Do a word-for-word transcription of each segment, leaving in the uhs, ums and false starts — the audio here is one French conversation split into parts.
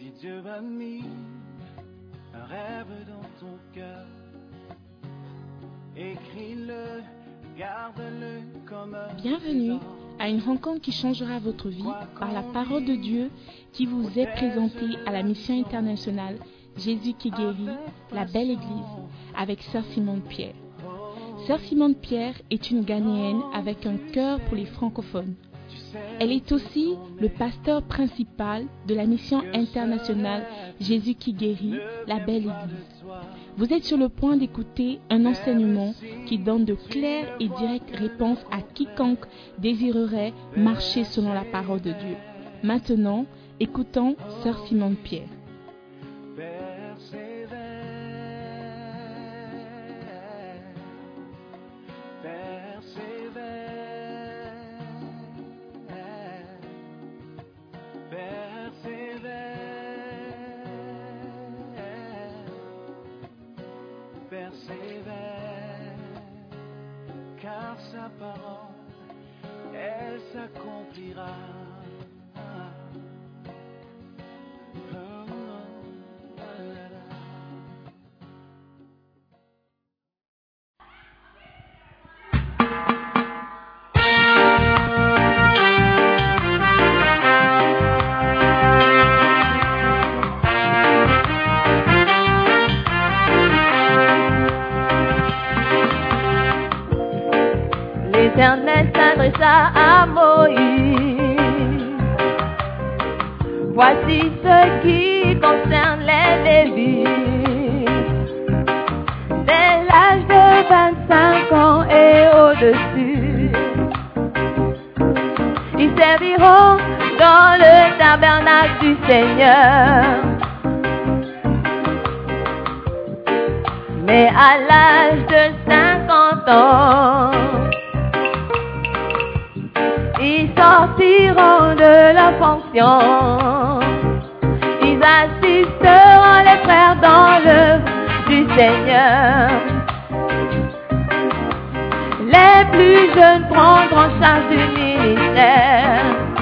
Si Dieu a mis un rêve dans ton cœur, écris-le, garde-le comme un Bienvenue à une rencontre qui changera votre vie par la parole de Dieu qui vous est présentée à la mission internationale Jésus qui guérit, la belle église, avec Sœur Simone Pierre. Sœur Simone Pierre est une Ghanéenne avec un cœur pour les francophones. Elle est aussi le pasteur principal de la mission internationale Jésus qui guérit, la belle église. Vous êtes sur le point d'écouter un enseignement qui donne de claires et directes réponses à quiconque désirerait marcher selon la parole de Dieu. Maintenant, écoutons Sœur Simone Pierre. Car sa parole, elle s'accomplira. L'Éternel s'adressa à Moïse. Voici ce qui concerne les Lévites. Dès l'âge de vingt-cinq ans et au-dessus, ils serviront dans le tabernacle du Seigneur. Mais à l'âge de cinquante ans, ils sortiront de leur fonction. Ils assisteront les frères dans l'œuvre du Seigneur. Les plus jeunes prendront charge du ministère.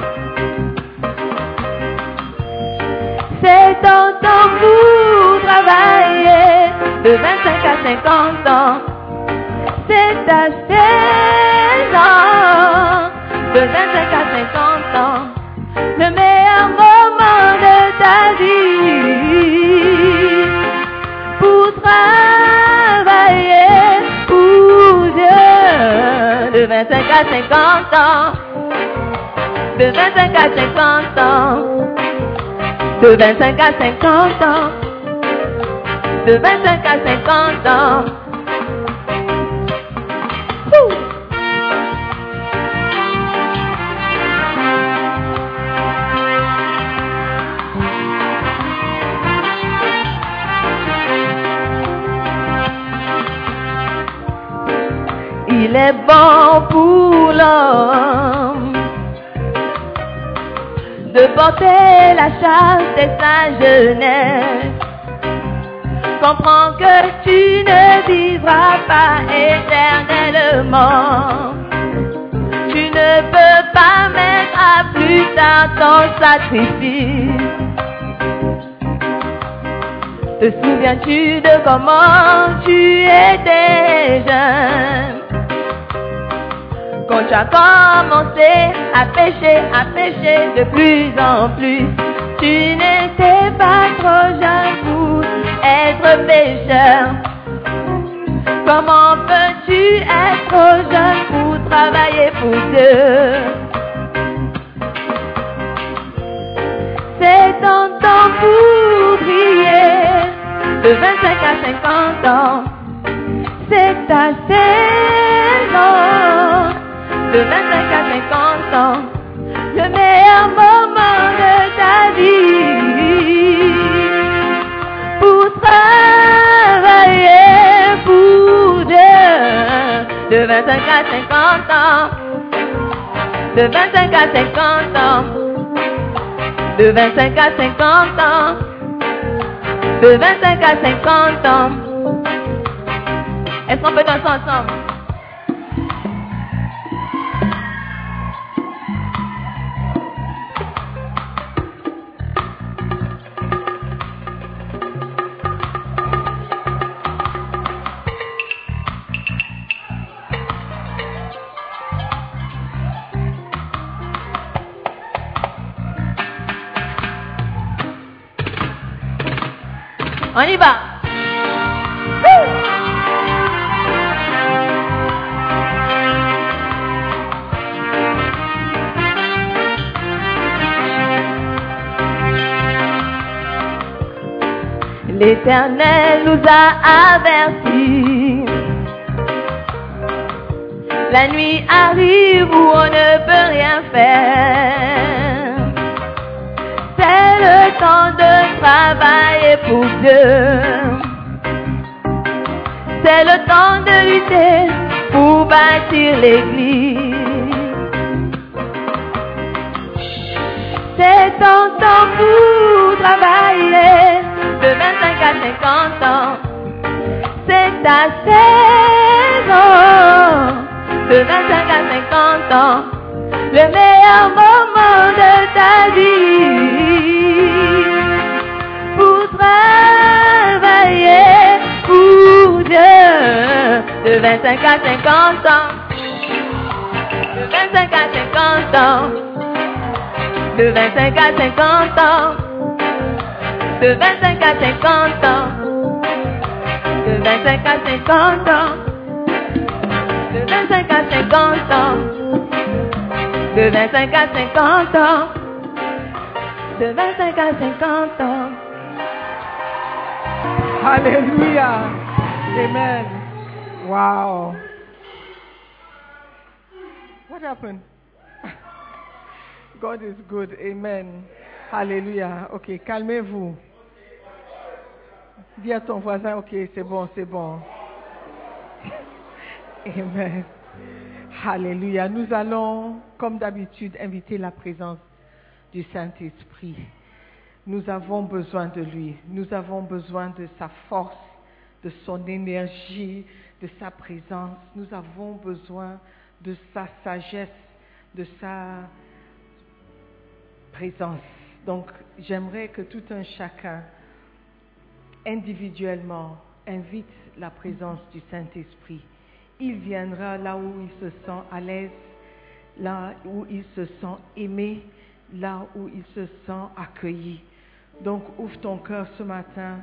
C'est un temps pour travailler de vingt-cinq à cinquante ans. C'est à seize ans. De vingt-cinq à cinquante ans, le meilleur moment de ta vie pour travailler pour Dieu. De vingt-cinq à cinquante ans, de vingt-cinq à cinquante ans, de vingt-cinq à cinquante ans, de vingt-cinq à cinquante ans. Ouh. Il est bon pour l'homme de porter la charge de sa jeunesse. Comprends que tu ne vivras pas éternellement. Tu ne peux pas mettre à plus tard ton sacrifice. Te souviens-tu de comment tu étais jeune? Quand tu as commencé à pécher, à pécher de plus en plus, tu n'étais pas trop jeune pour être pécheur. Comment peux-tu être trop jeune pour travailler pour Dieu? C'est ton temps pour prier de vingt-cinq à cinquante ans. C'est ta saison. De vingt-cinq à cinquante ans, le meilleur moment de ta vie pour travailler pour Dieu. De vingt-cinq à cinquante ans, de vingt-cinq à cinquante ans, de vingt-cinq à cinquante ans, de vingt-cinq à cinquante ans. Est-ce qu'on peut danser ensemble? On y va. L'Éternel nous a avertis. La nuit arrive où on ne peut rien faire. C'est le temps de travailler pour Dieu. C'est le temps de lutter pour bâtir l'église. C'est ton temps pour travailler de vingt-cinq à cinquante ans. C'est ta saison de vingt-cinq à cinquante ans. Le meilleur moment de ta vie pour travailler pour Dieu. De vingt-cinq à cinquante ans. De vingt-cinq à cinquante ans. De vingt-cinq à cinquante ans. De vingt-cinq à cinquante ans. De vingt-cinq à cinquante ans. De vingt-cinq à cinquante ans. De vingt-cinq à cinquante ans. De vingt-cinq à cinquante ans. Alléluia. Amen. Wow. What happened? God is good. Amen. Alléluia. Ok, calmez-vous. Dis à ton voisin, ok, c'est bon, c'est bon. Amen. Alléluia. Nous allons, comme d'habitude, inviter la présence du Saint-Esprit. Nous avons besoin de lui. Nous avons besoin de sa force, de son énergie, de sa présence. Nous avons besoin de sa sagesse, de sa présence. Donc, j'aimerais que tout un chacun, individuellement, invite la présence du Saint-Esprit. Il viendra là où il se sent à l'aise, là où il se sent aimé, là où il se sent accueilli. Donc, ouvre ton cœur ce matin,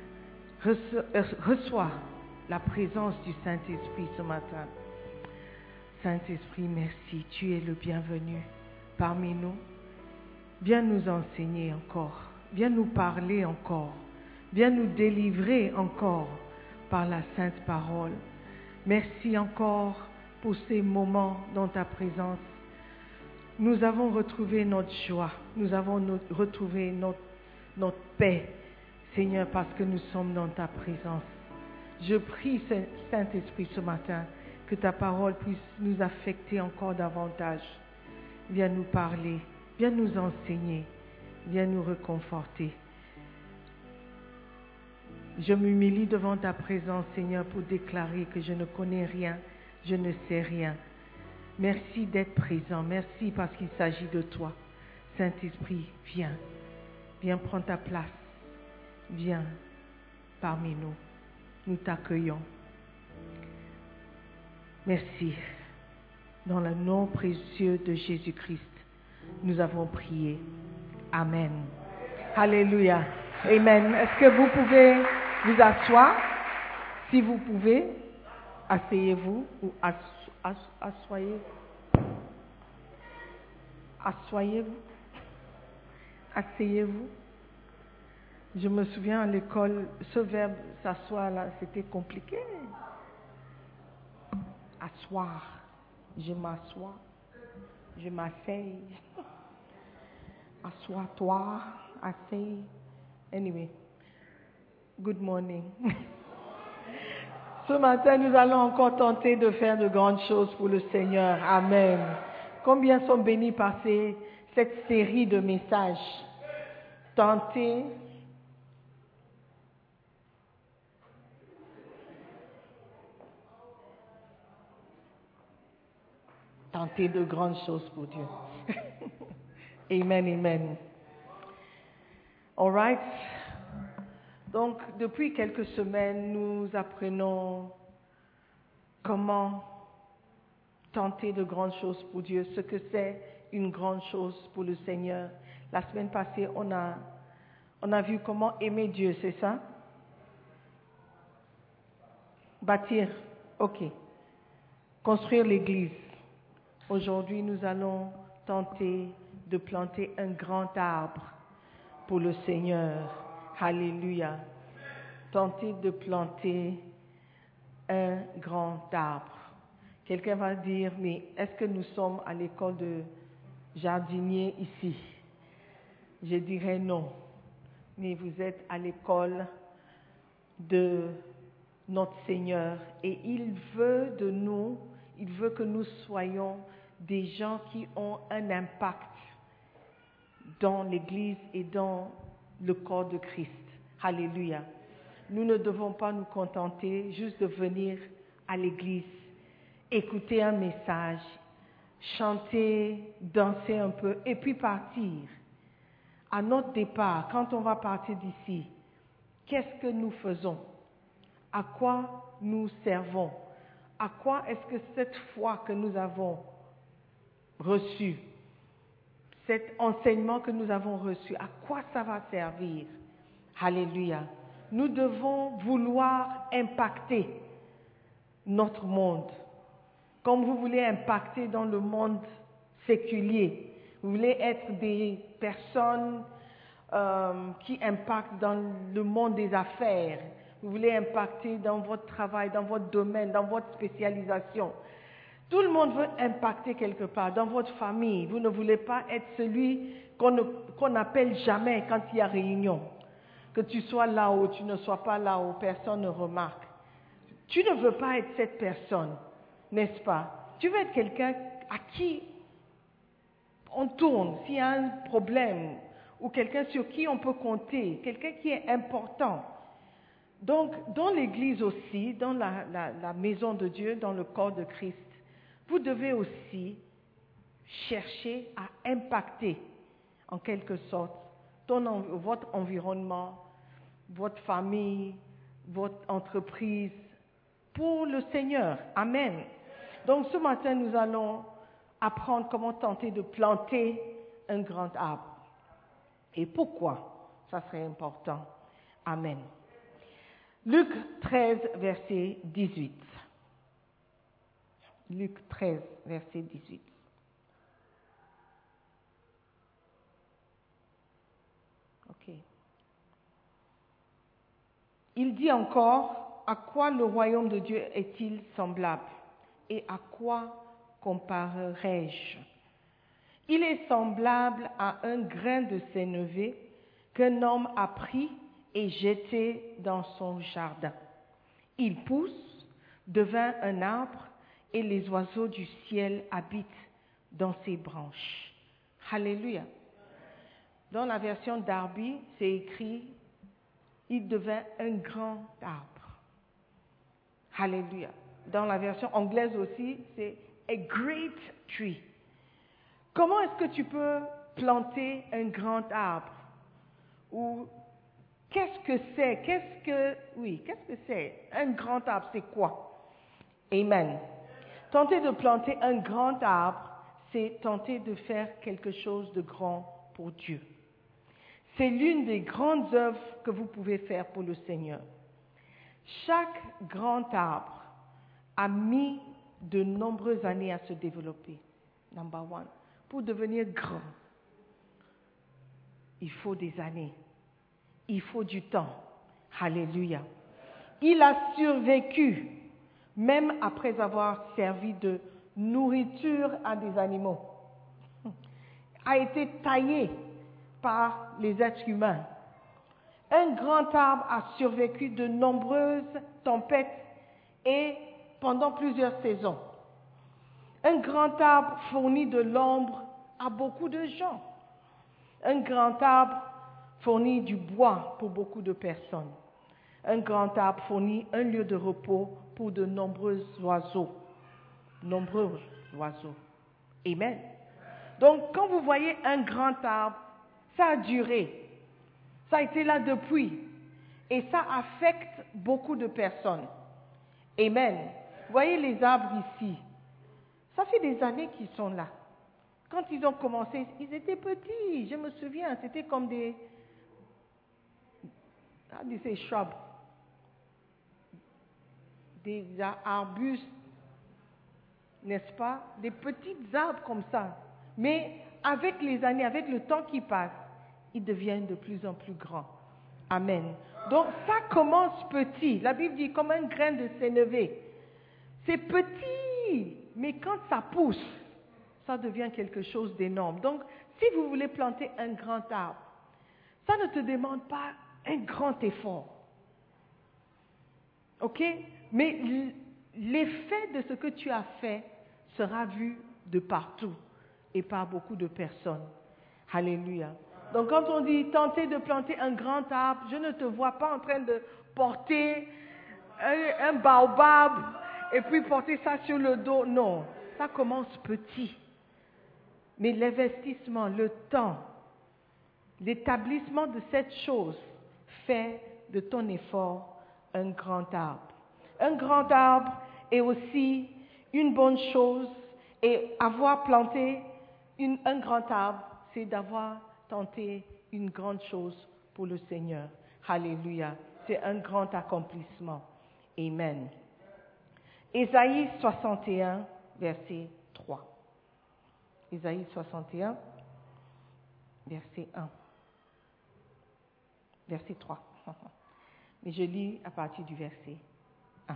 reçois la présence du Saint-Esprit ce matin. Saint-Esprit, merci, tu es le bienvenu parmi nous. Viens nous enseigner encore, viens nous parler encore, viens nous délivrer encore par la sainte parole. Merci encore pour ces moments dans ta présence. Nous avons retrouvé notre joie, nous avons notre, retrouvé notre, notre paix, Seigneur, parce que nous sommes dans ta présence. Je prie, Saint-Esprit, ce matin, que ta parole puisse nous affecter encore davantage. Viens nous parler. Viens nous enseigner, viens nous réconforter. Je m'humilie devant ta présence, Seigneur, pour déclarer que je ne connais rien, je ne sais rien. Merci d'être présent, merci parce qu'il s'agit de toi. Saint-Esprit, viens, viens prendre ta place, viens parmi nous, nous t'accueillons. Merci, dans le nom précieux de Jésus-Christ. Nous avons prié. Amen. Alléluia. Amen. Est-ce que vous pouvez vous asseoir? Si vous pouvez, asseyez-vous ou assoyez. Assoyez-vous. Asseyez-vous. Je me souviens à l'école, ce verbe s'asseoir là, c'était compliqué. Asseoir. Je m'assois. Je m'asseye. Assois-toi. Asseye. Anyway. Good morning. Ce matin, nous allons encore tenter de faire de grandes choses pour le Seigneur. Amen. Combien sont bénis par ces, cette série de messages? Tenter. Tenter de grandes choses pour Dieu. Amen, amen. All right. Donc, depuis quelques semaines, nous apprenons comment tenter de grandes choses pour Dieu, ce que c'est une grande chose pour le Seigneur. La semaine passée, on a, on a vu comment aimer Dieu, c'est ça? Bâtir, ok. Construire l'église. Aujourd'hui, nous allons tenter de planter un grand arbre pour le Seigneur. Alléluia. Tenter de planter un grand arbre. Quelqu'un va dire, mais est-ce que nous sommes à l'école de jardinier ici? Je dirais non. Mais vous êtes à l'école de notre Seigneur et il veut de nous, il veut que nous soyons des gens qui ont un impact dans l'Église et dans le corps de Christ. Alléluia. Nous ne devons pas nous contenter juste de venir à l'Église, écouter un message, chanter, danser un peu et puis partir. À notre départ, quand on va partir d'ici, qu'est-ce que nous faisons? À quoi nous servons? À quoi est-ce que cette foi que nous avons reçue, cet enseignement que nous avons reçu, à quoi ça va servir? Alléluia. Nous devons vouloir impacter notre monde. Comme vous voulez impacter dans le monde séculier, vous voulez être des personnes euh, qui impactent dans le monde des affaires, vous voulez impacter dans votre travail, dans votre domaine, dans votre spécialisation. Tout le monde veut impacter quelque part, dans votre famille. Vous ne voulez pas être celui qu'on ne, qu'on n'appelle jamais quand il y a réunion. Que tu sois là-haut, tu ne sois pas là-haut, personne ne remarque. Tu ne veux pas être cette personne, n'est-ce pas? Tu veux être quelqu'un à qui on tourne s'il y a un problème, ou quelqu'un sur qui on peut compter, quelqu'un qui est important. Donc, dans l'Église aussi, dans la, la, la maison de Dieu, dans le corps de Christ, vous devez aussi chercher à impacter, en quelque sorte, ton, votre environnement, votre famille, votre entreprise, pour le Seigneur. Amen. Donc, ce matin, nous allons apprendre comment tenter de planter un grand arbre. Et pourquoi? Ça serait important. Amen. Luc treize, verset dix-huit. Luc treize, verset dix-huit. Ok. Il dit encore, à quoi le royaume de Dieu est-il semblable? Et à quoi comparerai-je? Il est semblable à un grain de sénévé qu'un homme a pris et jeté dans son jardin. Il pousse, devint un arbre, et les oiseaux du ciel habitent dans ses branches. Alléluia. Dans la version Darby, c'est écrit, il devint un grand arbre. Alléluia. Dans la version anglaise aussi, c'est a great tree. Comment est-ce que tu peux planter un grand arbre? Ou qu'est-ce que c'est? Qu'est-ce que, oui, qu'est-ce que c'est? Un grand arbre, c'est quoi? Amen. Tenter de planter un grand arbre, c'est tenter de faire quelque chose de grand pour Dieu. C'est l'une des grandes œuvres que vous pouvez faire pour le Seigneur. Chaque grand arbre a mis de nombreuses années à se développer. Number one. Pour devenir grand, il faut des années. Il faut du temps. Alléluia. Il a survécu, même après avoir servi de nourriture à des animaux. A été taillé par les êtres humains. Un grand arbre a survécu de nombreuses tempêtes et pendant plusieurs saisons. Un grand arbre fournit de l'ombre à beaucoup de gens. Un grand arbre fournit du bois pour beaucoup de personnes. Un grand arbre fournit un lieu de repos pour de nombreux oiseaux. Nombreux oiseaux. Amen. Donc, quand vous voyez un grand arbre, ça a duré. Ça a été là depuis. Et ça affecte beaucoup de personnes. Amen. Vous voyez les arbres ici. Ça fait des années qu'ils sont là. Quand ils ont commencé, ils étaient petits. Je me souviens, c'était comme des... How do you say shrub? des arbustes, n'est-ce pas? Des petits arbres comme ça. Mais avec les années, avec le temps qui passe, ils deviennent de plus en plus grands. Amen. Donc ça commence petit. La Bible dit comme un grain de sénévé. C'est petit, mais quand ça pousse, ça devient quelque chose d'énorme. Donc, si vous voulez planter un grand arbre, ça ne te demande pas un grand effort. OK? Mais l'effet de ce que tu as fait sera vu de partout et par beaucoup de personnes. Alléluia. Donc, quand on dit tenter de planter un grand arbre, je ne te vois pas en train de porter un, un baobab et puis porter ça sur le dos. Non, ça commence petit. Mais l'investissement, le temps, l'établissement de cette chose fait de ton effort un grand arbre. Un grand arbre est aussi une bonne chose et avoir planté une, un grand arbre, c'est d'avoir tenté une grande chose pour le Seigneur. Alléluia. C'est un grand accomplissement. Amen. Ésaïe soixante et un, verset trois. Ésaïe soixante et un, verset un. Verset trois. Mais je lis à partir du verset un.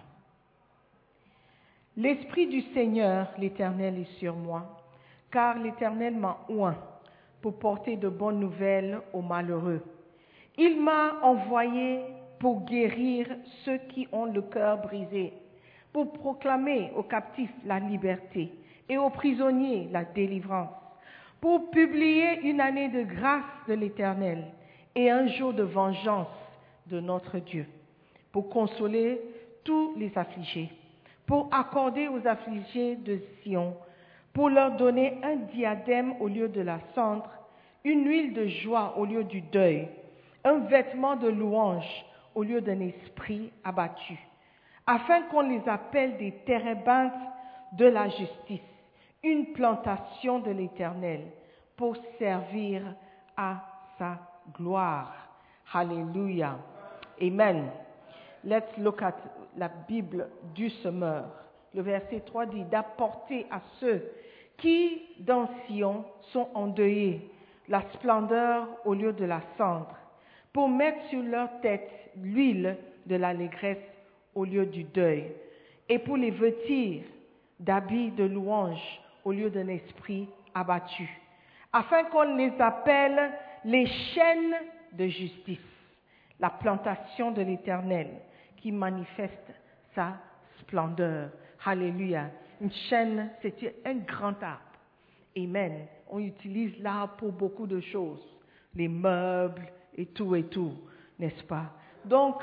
L'Esprit du Seigneur, l'Éternel, est sur moi, car l'Éternel m'a oint pour porter de bonnes nouvelles aux malheureux. Il m'a envoyé pour guérir ceux qui ont le cœur brisé, pour proclamer aux captifs la liberté et aux prisonniers la délivrance, pour publier une année de grâce de l'Éternel et un jour de vengeance de notre Dieu, pour consoler tous les affligés, pour accorder aux affligés de Sion, pour leur donner un diadème au lieu de la cendre, une huile de joie au lieu du deuil, un vêtement de louange au lieu d'un esprit abattu, afin qu'on les appelle des térébintes de la justice, une plantation de l'Éternel, pour servir à sa gloire. Hallelujah. Amen. Let's look at la Bible du semeur. Le verset trois dit d'apporter à ceux qui, dans Sion, sont endeuillés, la splendeur au lieu de la cendre, pour mettre sur leur tête l'huile de l'allégresse au lieu du deuil, et pour les vêtir d'habits de louange au lieu d'un esprit abattu, afin qu'on les appelle les chaînes de justice, la plantation de l'Éternel qui manifeste sa splendeur. Alléluia. Une chaîne, c'est un grand arbre. Amen. On utilise l'arbre pour beaucoup de choses, les meubles et tout et tout, n'est-ce pas? Donc,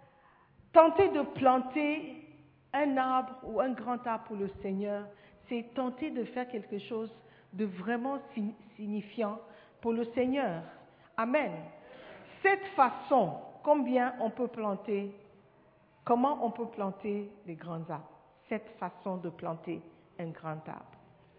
tenter de planter un arbre ou un grand arbre pour le Seigneur, c'est tenter de faire quelque chose de vraiment signifiant pour le Seigneur. Amen. Cette façon, combien on peut planter, comment on peut planter des grands arbres? Cette façon de planter un grand arbre.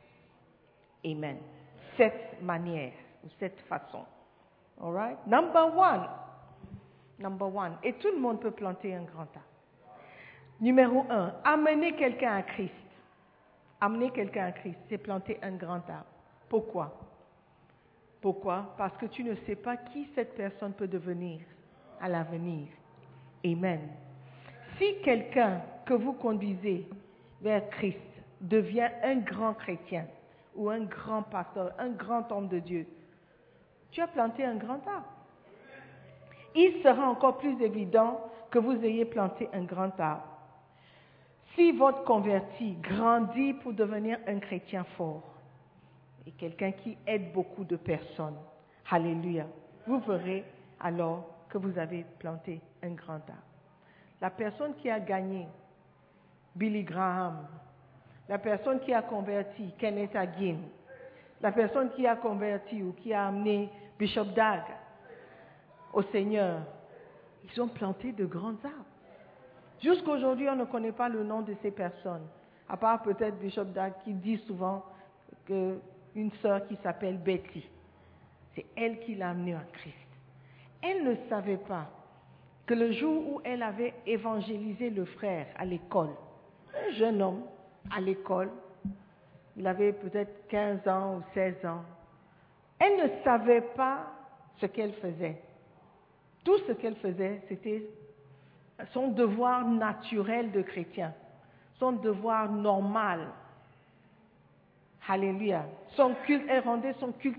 Amen. Cette manière ou cette façon. All right? Number one. Number one. Et tout le monde peut planter un grand arbre. Numéro un, amener quelqu'un à Christ. Amener quelqu'un à Christ, c'est planter un grand arbre. Pourquoi? Pourquoi? Parce que tu ne sais pas qui cette personne peut devenir à l'avenir. Amen. Si quelqu'un que vous conduisez vers Christ devient un grand chrétien ou un grand pasteur, un grand homme de Dieu, tu as planté un grand arbre. Il sera encore plus évident que vous ayez planté un grand arbre. Si votre converti grandit pour devenir un chrétien fort et quelqu'un qui aide beaucoup de personnes, alléluia, vous verrez alors que vous avez planté un grand arbre. La personne qui a gagné Billy Graham, la personne qui a converti Kenneth Hagin, la personne qui a converti ou qui a amené Bishop Dag au Seigneur, ils ont planté de grands arbres. Jusqu'aujourd'hui, on ne connaît pas le nom de ces personnes, à part peut-être Bishop Dag qui dit souvent qu'une sœur qui s'appelle Betty, c'est elle qui l'a amené à Christ. Elle ne savait pas que le jour où elle avait évangélisé le frère à l'école, un jeune homme à l'école, il avait peut-être quinze ans ou seize ans, elle ne savait pas ce qu'elle faisait. Tout ce qu'elle faisait, c'était son devoir naturel de chrétien, son devoir normal. Alléluia. Son culte, elle rendait son culte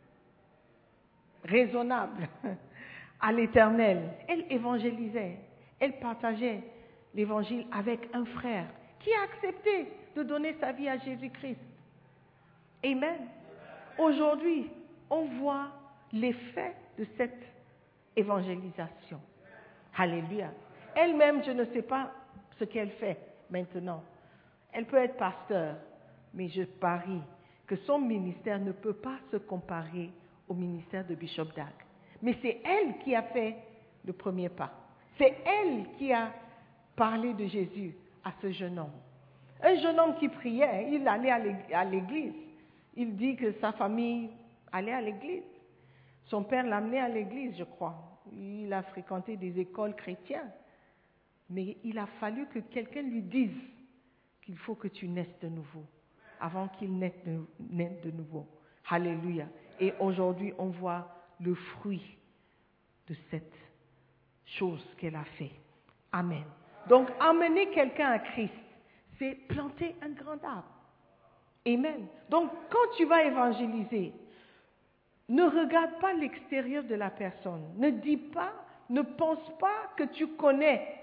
raisonnable à l'Éternel. Elle évangélisait, elle partageait l'évangile avec un frère qui a accepté de donner sa vie à Jésus-Christ. Amen. Aujourd'hui, on voit l'effet de cette évangélisation. Alléluia. Elle-même, je ne sais pas ce qu'elle fait maintenant. Elle peut être pasteur, mais je parie que son ministère ne peut pas se comparer au ministère de Bishop Dag. Mais c'est elle qui a fait le premier pas. C'est elle qui a parlé de Jésus à ce jeune homme. Un jeune homme qui priait, il allait à l'église. Il dit que sa famille allait à l'église. Son père l'amenait à l'église, je crois. Il a fréquenté des écoles chrétiennes. Mais il a fallu que quelqu'un lui dise qu'il faut que tu naisses de nouveau, avant qu'il naisse de, naisse de nouveau. Alléluia. Et aujourd'hui, on voit le fruit de cette chose qu'elle a fait. Amen. Donc, amener quelqu'un à Christ, c'est planter un grand arbre. Amen. Donc, quand tu vas évangéliser, ne regarde pas l'extérieur de la personne. Ne dis pas, ne pense pas que tu connais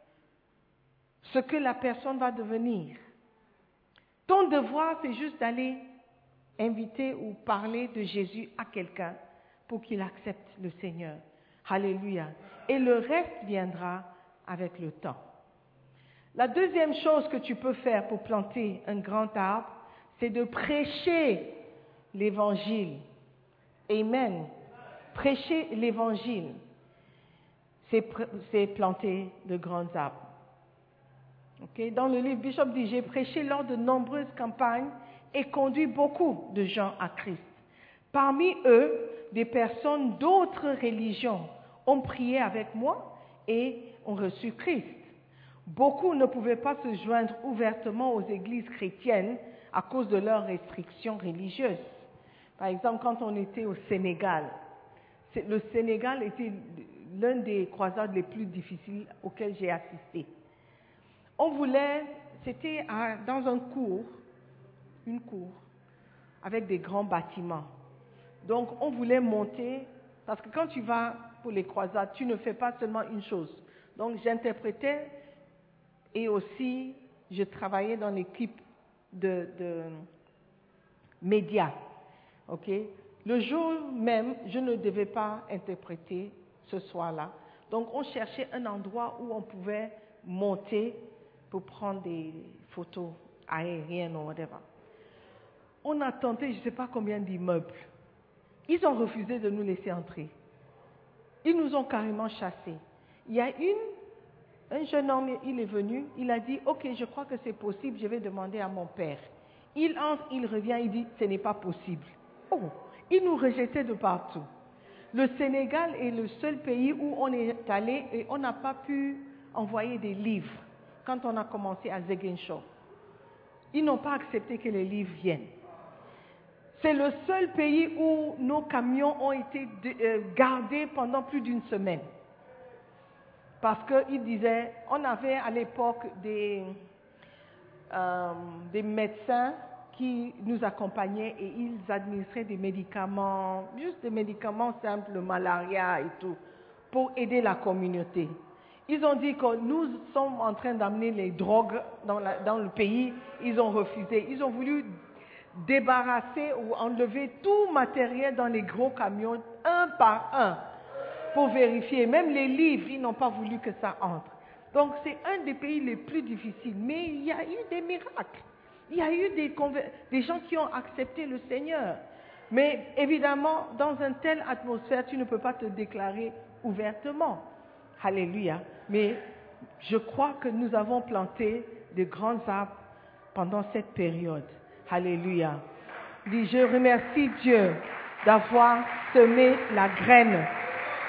ce que la personne va devenir. Ton devoir, c'est juste d'aller inviter ou parler de Jésus à quelqu'un pour qu'il accepte le Seigneur. Alléluia. Et le reste viendra avec le temps. La deuxième chose que tu peux faire pour planter un grand arbre, c'est de prêcher l'évangile. Amen. Prêcher l'évangile, c'est, pr- c'est planter de grands arbres. Okay? Dans le livre, Bishop dit, j'ai prêché lors de nombreuses campagnes et conduit beaucoup de gens à Christ. Parmi eux, des personnes d'autres religions ont prié avec moi et ont reçu Christ. Beaucoup ne pouvaient pas se joindre ouvertement aux églises chrétiennes à cause de leurs restrictions religieuses. Par exemple, quand on était au Sénégal, le Sénégal était l'un des croisades les plus difficiles auxquelles j'ai assisté. On voulait, c'était à, dans un cours, une cour, avec des grands bâtiments. Donc, on voulait monter, parce que quand tu vas pour les croisades, tu ne fais pas seulement une chose. Donc, j'interprétais et aussi, je travaillais dans l'équipe de, de médias. Okay? Le jour même, je ne devais pas interpréter ce soir-là. Donc, on cherchait un endroit où on pouvait monter pour prendre des photos aériennes ou whatever. On a tenté, je ne sais pas combien d'immeubles. Ils ont refusé de nous laisser entrer. Ils nous ont carrément chassés. Il y a une, un jeune homme, il est venu, il a dit, ok, je crois que c'est possible, je vais demander à mon père. Il entre, il revient, il dit, ce n'est pas possible. Oh, il nous rejetait de partout. Le Sénégal est le seul pays où on est allé et on n'a pas pu envoyer des livres quand on a commencé à Ziguinchor. Ils n'ont pas accepté que les livres viennent. C'est le seul pays où nos camions ont été de, euh, gardés pendant plus d'une semaine. Parce qu'ils disaient, on avait à l'époque des, euh, des médecins qui nous accompagnaient et ils administraient des médicaments, juste des médicaments simples, le malaria et tout, pour aider la communauté. Ils ont dit que nous sommes en train d'amener les drogues dans, la, dans le pays, ils ont refusé. Ils ont voulu débarrasser ou enlever tout matériel dans les gros camions, un par un, pour vérifier. Même les livres, ils n'ont pas voulu que ça entre. Donc c'est un des pays les plus difficiles, mais il y a eu des miracles. Il y a eu des, des gens qui ont accepté le Seigneur. Mais évidemment, dans une telle atmosphère, tu ne peux pas te déclarer ouvertement. Alléluia. Mais je crois que nous avons planté de grands arbres pendant cette période. Alléluia. Je remercie Dieu d'avoir semé la graine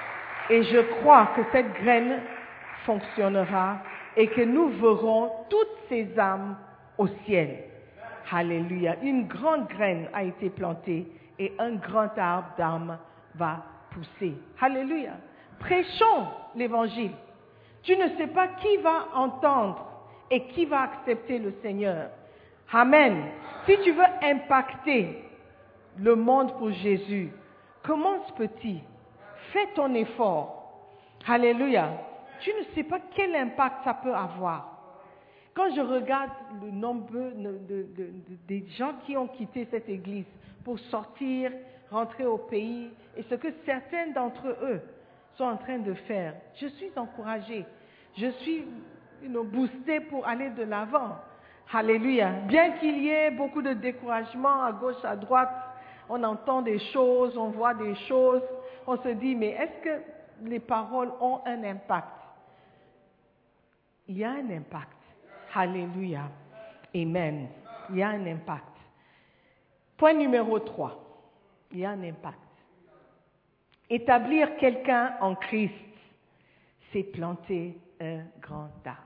Et je crois que cette graine fonctionnera et que nous verrons toutes ces âmes au ciel. Alléluia. Une grande graine a été plantée et un grand arbre d'âme va pousser. Alléluia. Prêchons l'évangile. Tu ne sais pas qui va entendre et qui va accepter le Seigneur. Amen. Si tu veux impacter le monde pour Jésus, commence petit. Fais ton effort. Alléluia. Tu ne sais pas quel impact ça peut avoir. Quand je regarde le nombre de, de, de, de, des gens qui ont quitté cette église pour sortir, rentrer au pays, et ce que certains d'entre eux sont en train de faire, je suis encouragée. Je suis you know, boostée pour aller de l'avant. Alléluia. Bien qu'il y ait beaucoup de découragement à gauche, à droite, on entend des choses, on voit des choses, on se dit, mais est-ce que les paroles ont un impact? Il y a un impact. Alléluia. Amen. Il y a un impact. Point numéro trois. Il y a un impact. Établir quelqu'un en Christ, c'est planter un grand arbre.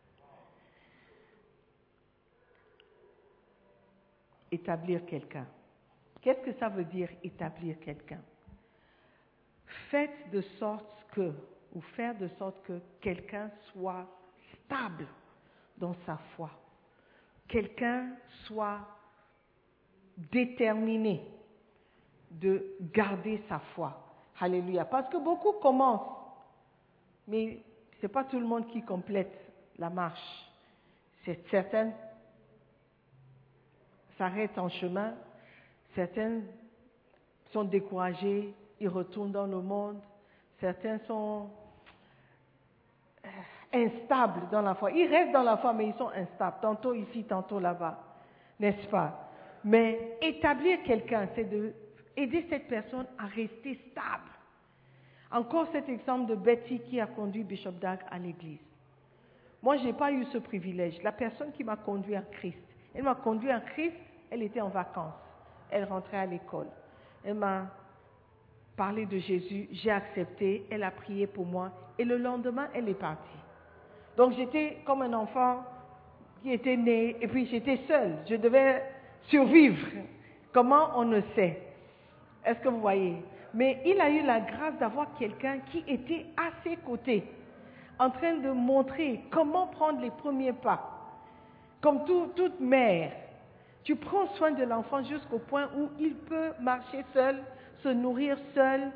Établir quelqu'un. Qu'est-ce que ça veut dire établir quelqu'un? Faites de sorte que, ou faire de sorte que quelqu'un soit stable dans sa foi. Quelqu'un soit déterminé de garder sa foi. Alléluia. Parce que beaucoup commencent, mais ce n'est pas tout le monde qui complète la marche. C'est certains s'arrêtent en chemin, certains sont découragés, ils retournent dans le monde, certains sont instables dans la foi. Ils restent dans la foi, mais ils sont instables, tantôt ici, tantôt là-bas, n'est-ce pas? Mais établir quelqu'un, c'est de aider cette personne à rester stable. Encore cet exemple de Betty qui a conduit Bishop Dag à l'église. Moi, je n'ai pas eu ce privilège. La personne qui m'a conduit en Christ, elle m'a conduit en Christ, elle était en vacances. Elle rentrait à l'école. Elle m'a parlé de Jésus, j'ai accepté, elle a prié pour moi et le lendemain, elle est partie. Donc, j'étais comme un enfant qui était né et puis j'étais seule. Je devais survivre. Comment on ne sait? Est-ce que vous voyez? Mais il a eu la grâce d'avoir quelqu'un qui était à ses côtés, en train de montrer comment prendre les premiers pas. Comme tout, toute mère, tu prends soin de l'enfant jusqu'au point où il peut marcher seul, se nourrir seul,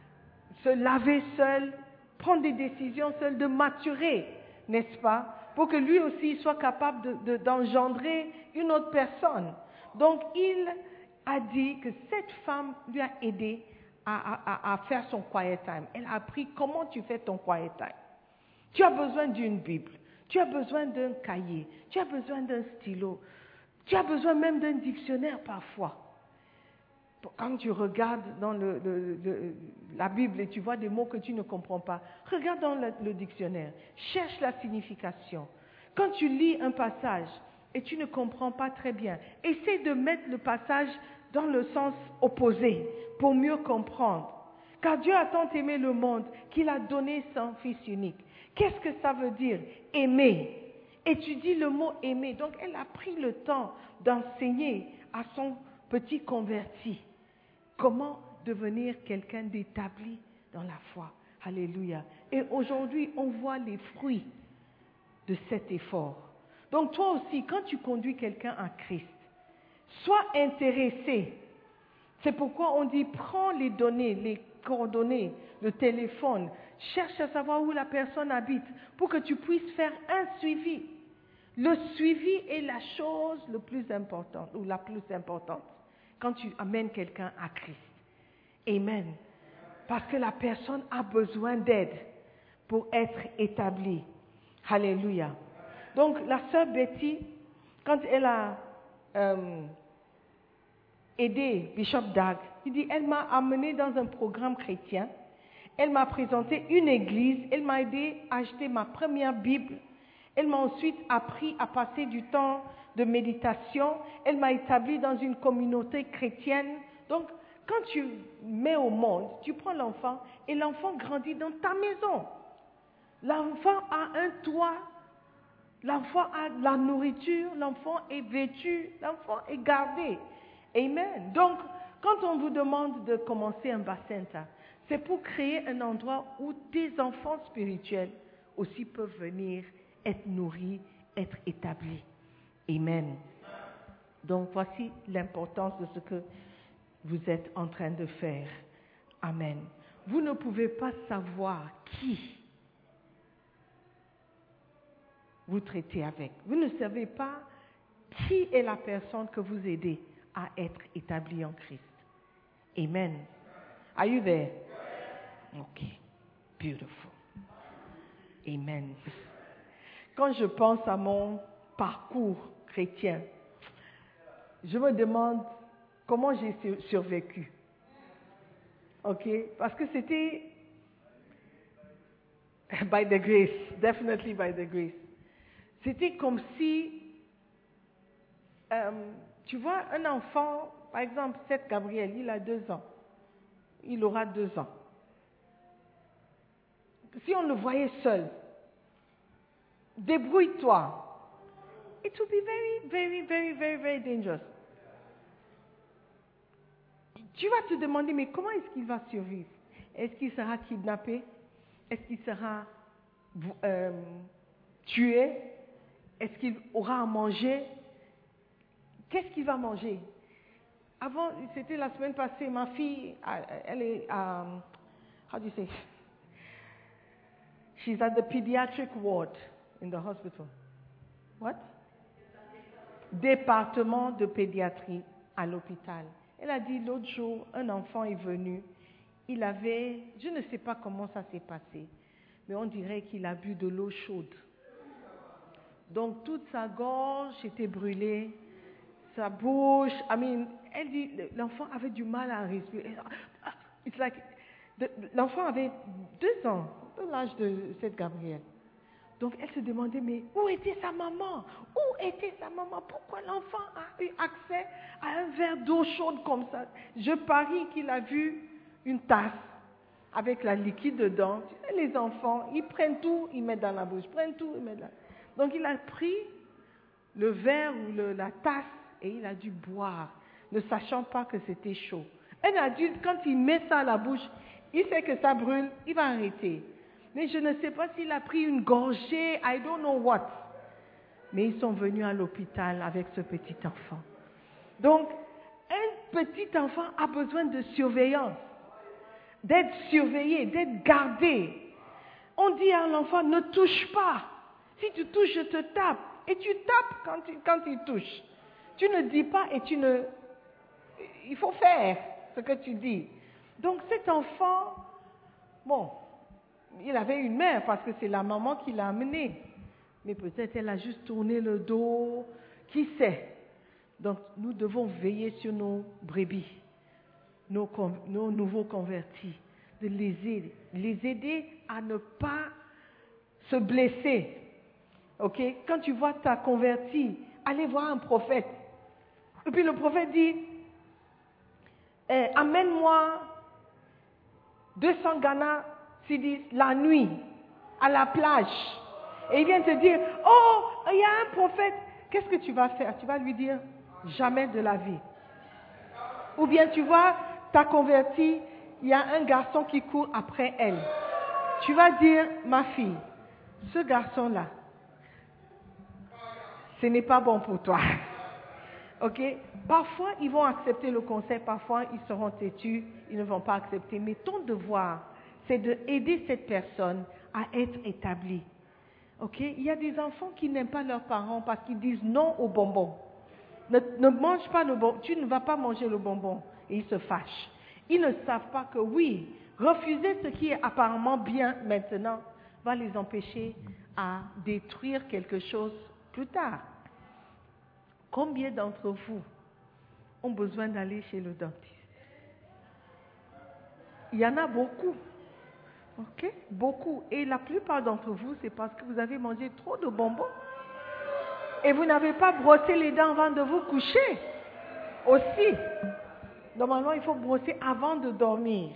se laver seul, prendre des décisions seul, de maturer, n'est-ce pas? Pour que lui aussi soit capable de, de, d'engendrer une autre personne. Donc il a dit que cette femme lui a aidé à, à, à faire son quiet time. Elle a appris comment tu fais ton quiet time. Tu as besoin d'une Bible, tu as besoin d'un cahier, tu as besoin d'un stylo, tu as besoin même d'un dictionnaire parfois. Quand tu regardes dans le, le, le, la Bible et tu vois des mots que tu ne comprends pas, regarde dans le, le dictionnaire, cherche la signification. Quand tu lis un passage et tu ne comprends pas très bien, essaie de mettre le passage dans le sens opposé pour mieux comprendre. Car Dieu a tant aimé le monde qu'il a donné son Fils unique. Qu'est-ce que ça veut dire? Aimer. Étudie le mot aimer. Donc elle a pris le temps d'enseigner à son petit converti comment devenir quelqu'un d'établi dans la foi. Alléluia. Et aujourd'hui, on voit les fruits de cet effort. Donc toi aussi, quand tu conduis quelqu'un en Christ, sois intéressé. C'est pourquoi on dit, prends les données, les coordonnées, le téléphone, cherche à savoir où la personne habite pour que tu puisses faire un suivi. Le suivi est la chose la plus importante, ou la plus importante, quand tu amènes quelqu'un à Christ. Amen. Parce que la personne a besoin d'aide pour être établie. Alléluia. Donc, la sœur Betty, quand elle a euh, aidé Bishop Dag, il dit, elle m'a amené dans un programme chrétien, elle m'a présenté une église, elle m'a aidé à acheter ma première Bible, elle m'a ensuite appris à passer du temps de méditation, elle m'a établi dans une communauté chrétienne. Donc, quand tu mets au monde, tu prends l'enfant et l'enfant grandit dans ta maison. L'enfant a un toit, l'enfant a de la nourriture, l'enfant est vêtu, l'enfant est gardé. Amen. Donc, quand on vous demande de commencer un bassin, c'est pour créer un endroit où tes enfants spirituels aussi peuvent venir être nourris, être établis. Amen. Donc, voici l'importance de ce que vous êtes en train de faire. Amen. Vous ne pouvez pas savoir qui vous traitez avec. Vous ne savez pas qui est la personne que vous aidez à être établie en Christ. Amen. Are you there? Okay. Beautiful. Amen. Quand je pense à mon parcours chrétien, je me demande comment j'ai survécu. Ok? Parce que c'était by the grace, definitely by the grace. C'était comme si, euh, tu vois, un enfant, par exemple, Seth Gabriel, il a deux ans. Il aura deux ans. Si on le voyait seul, débrouille-toi. It would be very, very, very, very, very dangerous. Tu vas te demander, mais comment est-ce qu'il va survivre? Est-ce qu'il sera kidnappé? Est-ce qu'il sera euh, tué? Est-ce qu'il aura à manger? Qu'est-ce qu'il va manger? Avant, c'était la semaine passée, ma fille, elle est à, um, how do you say? She's at the pediatric ward in the hospital. What? Département de pédiatrie à l'hôpital. Elle a dit l'autre jour, un enfant est venu, il avait, je ne sais pas comment ça s'est passé, mais on dirait qu'il a bu de l'eau chaude. Donc toute sa gorge était brûlée, sa bouche, I mean, elle dit, l'enfant avait du mal à respirer. It's like, l'enfant avait deux ans, de l'âge de Seth Gabriel. Donc elle se demandait, mais où était sa maman? Où était sa maman? Pourquoi l'enfant a eu accès à un verre d'eau chaude comme ça? Je parie qu'il a vu une tasse avec la liquide dedans. Tu sais, les enfants, ils prennent tout, ils mettent dans la bouche, prennent tout, ils mettent dans la bouche. Donc il a pris le verre ou le, la tasse et il a dû boire, ne sachant pas que c'était chaud. Un adulte, quand il met ça à la bouche, il sait que ça brûle, il va arrêter. Mais je ne sais pas s'il a pris une gorgée, I don't know what. Mais ils sont venus à l'hôpital avec ce petit enfant. Donc, un petit enfant a besoin de surveillance, d'être surveillé, d'être gardé. On dit à l'enfant, ne touche pas. Si tu touches, je te tape. Et tu tapes quand, tu, quand il touche. Tu ne dis pas et tu ne... Il faut faire ce que tu dis. Donc cet enfant, bon, il avait une mère parce que c'est la maman qui l'a amené. Mais peut-être elle a juste tourné le dos. Qui sait? Donc nous devons veiller sur nos brebis, nos, nos nouveaux convertis, de les aider, les aider à ne pas se blesser. Ok? Quand tu vois ta convertie, allez voir un prophète. Et puis le prophète dit, eh, amène-moi deux cents Ghana cedis la nuit à la plage. Et il vient te dire, oh, il y a un prophète. Qu'est-ce que tu vas faire? Tu vas lui dire, jamais de la vie. Ou bien tu vois, ta convertie, il y a un garçon qui court après elle. Tu vas dire, ma fille, ce garçon-là, ce n'est pas bon pour toi. Ok? Parfois, ils vont accepter le conseil, parfois, ils seront têtus, ils ne vont pas accepter. Mais ton devoir, c'est d'aider cette personne à être établie. Ok? Il y a des enfants qui n'aiment pas leurs parents parce qu'ils disent non au bonbon. Ne, ne mange pas le bonbon, tu ne vas pas manger le bonbon. Et ils se fâchent. Ils ne savent pas que oui, refuser ce qui est apparemment bien maintenant va les empêcher à détruire quelque chose plus tard. Combien d'entre vous ont besoin d'aller chez le dentiste? Il y en a beaucoup. Ok? Beaucoup. Et la plupart d'entre vous, c'est parce que vous avez mangé trop de bonbons. Et vous n'avez pas brossé les dents avant de vous coucher. Aussi. Normalement, il faut brosser avant de dormir.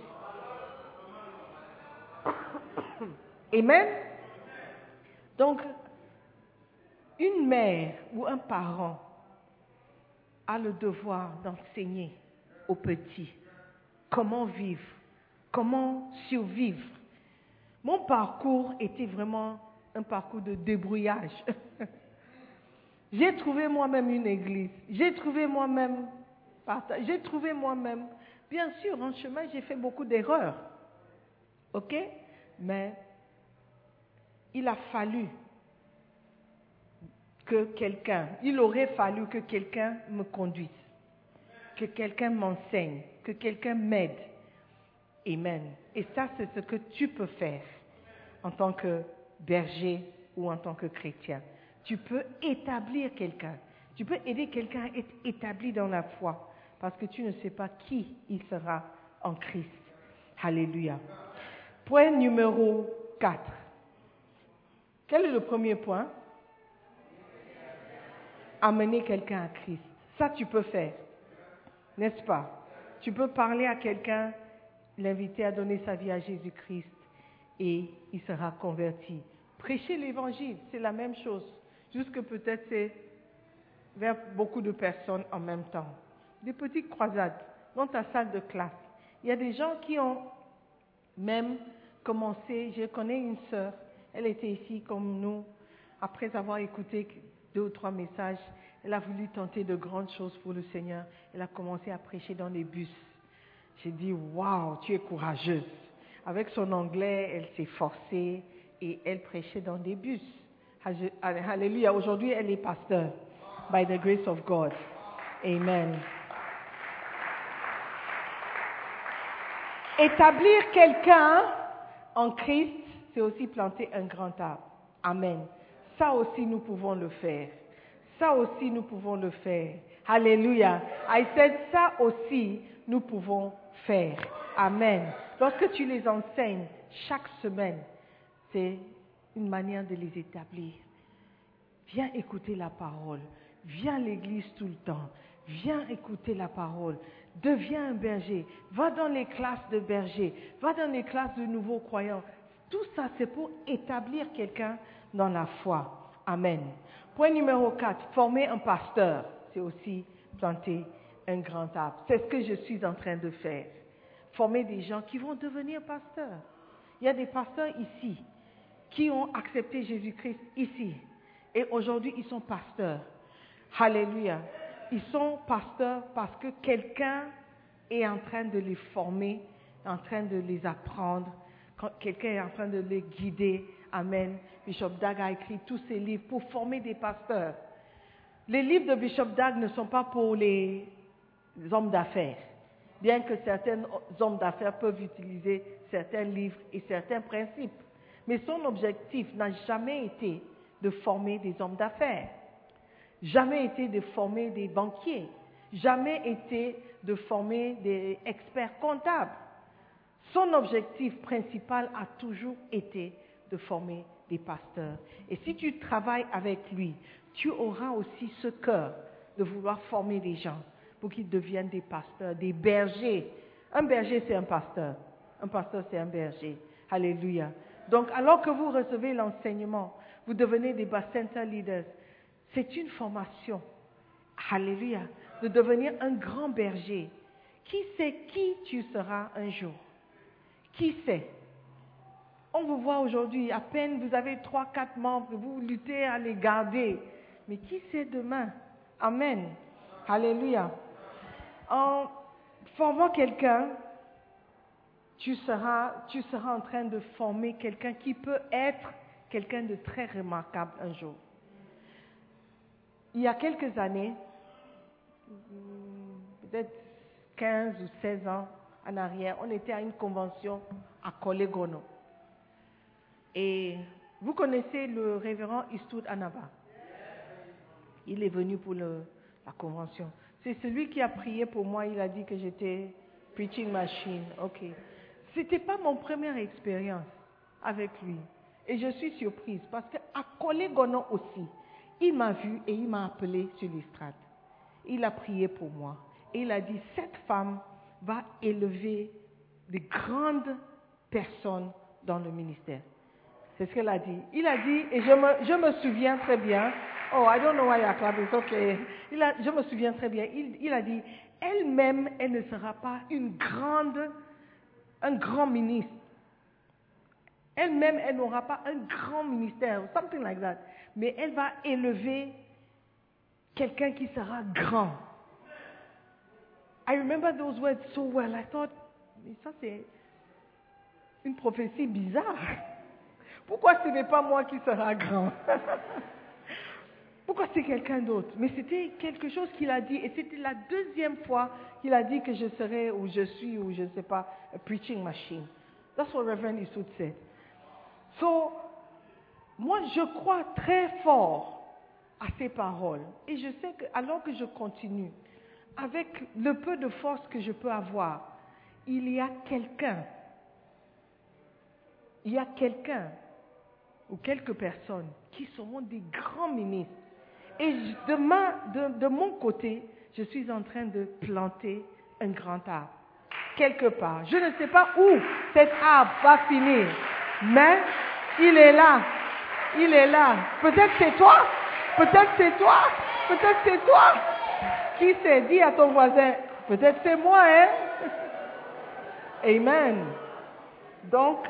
Amen. Donc, une mère ou un parent a le devoir d'enseigner aux petits comment vivre, comment survivre. Mon parcours était vraiment un parcours de débrouillage. J'ai trouvé moi-même une église, j'ai trouvé moi-même, j'ai trouvé moi-même, bien sûr, en chemin, j'ai fait beaucoup d'erreurs, ok? Mais il a fallu que quelqu'un, il aurait fallu que quelqu'un me conduise, que quelqu'un m'enseigne, que quelqu'un m'aide. Amen. Et ça, c'est ce que tu peux faire en tant que berger ou en tant que chrétien. Tu peux établir quelqu'un. Tu peux aider quelqu'un à être établi dans la foi parce que tu ne sais pas qui il sera en Christ. Alléluia. Point numéro quatre. Quel est le premier point? Amener quelqu'un à Christ. Ça, tu peux faire, n'est-ce pas? Tu peux parler à quelqu'un, l'inviter à donner sa vie à Jésus-Christ et il sera converti. Prêcher l'évangile, c'est la même chose. Juste que peut-être c'est vers beaucoup de personnes en même temps. Des petites croisades dans ta salle de classe. Il y a des gens qui ont même commencé, je connais une sœur, elle était ici comme nous, après avoir écouté deux ou trois messages, elle a voulu tenter de grandes choses pour le Seigneur. Elle a commencé à prêcher dans les bus. J'ai dit, waouh, tu es courageuse. Avec son anglais, elle s'est forcée et elle prêchait dans des bus. Alléluia. Aujourd'hui, elle est pasteur. By the grace of God. Amen. Établir quelqu'un en Christ, c'est aussi planter un grand arbre. Amen. Ça aussi, nous pouvons le faire. Ça aussi, nous pouvons le faire. Alléluia. I said, ça aussi, nous pouvons faire. Amen. Lorsque tu les enseignes chaque semaine, c'est une manière de les établir. Viens écouter la parole. Viens à l'église tout le temps. Viens écouter la parole. Deviens un berger. Va dans les classes de berger. Va dans les classes de nouveaux croyants. Tout ça, c'est pour établir quelqu'un dans la foi. Amen. Point numéro quatre, former un pasteur. C'est aussi planter un grand arbre. C'est ce que je suis en train de faire. Former des gens qui vont devenir pasteurs. Il y a des pasteurs ici qui ont accepté Jésus-Christ ici. Et aujourd'hui, ils sont pasteurs. Alléluia. Ils sont pasteurs parce que quelqu'un est en train de les former, en train de les apprendre. Quelqu'un est en train de les guider. Amen. Bishop Dag a écrit tous ces livres pour former des pasteurs. Les livres de Bishop Dag ne sont pas pour les hommes d'affaires. Bien que certains hommes d'affaires peuvent utiliser certains livres et certains principes. Mais son objectif n'a jamais été de former des hommes d'affaires. Jamais été de former des banquiers. Jamais été de former des experts comptables. Son objectif principal a toujours été de former des pasteurs. Et si tu travailles avec lui, tu auras aussi ce cœur de vouloir former des gens pour qu'ils deviennent des pasteurs, des bergers. Un berger, c'est un pasteur. Un pasteur, c'est un berger. Alléluia. Donc, alors que vous recevez l'enseignement, vous devenez des center leaders. C'est une formation. Alléluia. De devenir un grand berger. Qui sait qui tu seras un jour? Qui sait? On vous voit aujourd'hui, à peine vous avez trois, quatre membres, vous luttez à les garder. Mais qui sait demain? Amen. Alléluia. En formant quelqu'un, tu seras, tu seras en train de former quelqu'un qui peut être quelqu'un de très remarquable un jour. Il y a quelques années, peut-être quinze ou seize ans en arrière, on était à une convention à Colégono. Et vous connaissez le révérend Eastwood Anaba. Il est venu pour le, la convention. C'est celui qui a prié pour moi, il a dit que j'étais preaching machine. Ok. C'était pas mon première expérience avec lui. Et je suis surprise parce qu'à Colégono aussi, il m'a vu et il m'a appelé sur l'estrade. Il a prié pour moi. Et il a dit, cette femme va élever de grandes personnes dans le ministère. C'est ce qu'elle a dit. Il a dit, et je me, je me souviens très bien, oh, I don't know why you're clapping, it's okay. Il a, je me souviens très bien, il, il a dit, elle-même, elle ne sera pas une grande, un grand ministre. Elle-même, elle n'aura pas un grand ministère, something like that. Mais elle va élever quelqu'un qui sera grand. I remember those words so well. I thought, mais ça c'est une prophétie bizarre. Pourquoi ce n'est pas moi qui sera grand? Pourquoi c'est quelqu'un d'autre? Mais c'était quelque chose qu'il a dit, et c'était la deuxième fois qu'il a dit que je serais, ou je suis, ou je ne sais pas, a preaching machine. That's what Reverend Issoud said. So, moi je crois très fort à ces paroles, et je sais que alors que je continue, avec le peu de force que je peux avoir, il y a quelqu'un, il y a quelqu'un, ou quelques personnes qui seront des grands ministres. Et de, ma, de, de mon côté, je suis en train de planter un grand arbre, quelque part. Je ne sais pas où cet arbre va finir, mais il est là, il est là. Peut-être c'est toi, peut-être c'est toi, peut-être c'est toi. Qui sait, dis à ton voisin, peut-être c'est moi, hein? Amen. Donc,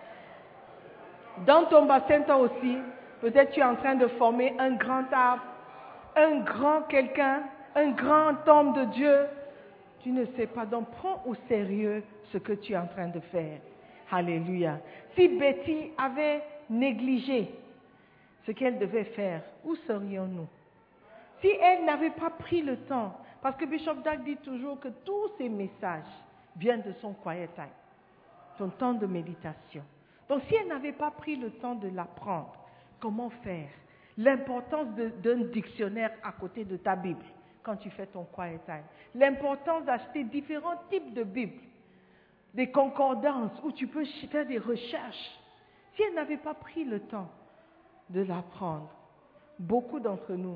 dans ton bassin, toi aussi, peut-être tu es en train de former un grand arbre, un grand quelqu'un, un grand homme de Dieu. Tu ne sais pas, donc prends au sérieux ce que tu es en train de faire. Alléluia. Si Betty avait négligé ce qu'elle devait faire, où serions-nous? Si elle n'avait pas pris le temps, parce que Bishop Dag dit toujours que tous ces messages viennent de son quiet time, son temps de méditation. Donc si elle n'avait pas pris le temps de l'apprendre, comment faire? L'importance de, d'un dictionnaire à côté de ta Bible quand tu fais ton quiet time. L'importance d'acheter différents types de Bibles, des concordances où tu peux faire des recherches. Si elle n'avait pas pris le temps de l'apprendre, beaucoup d'entre nous,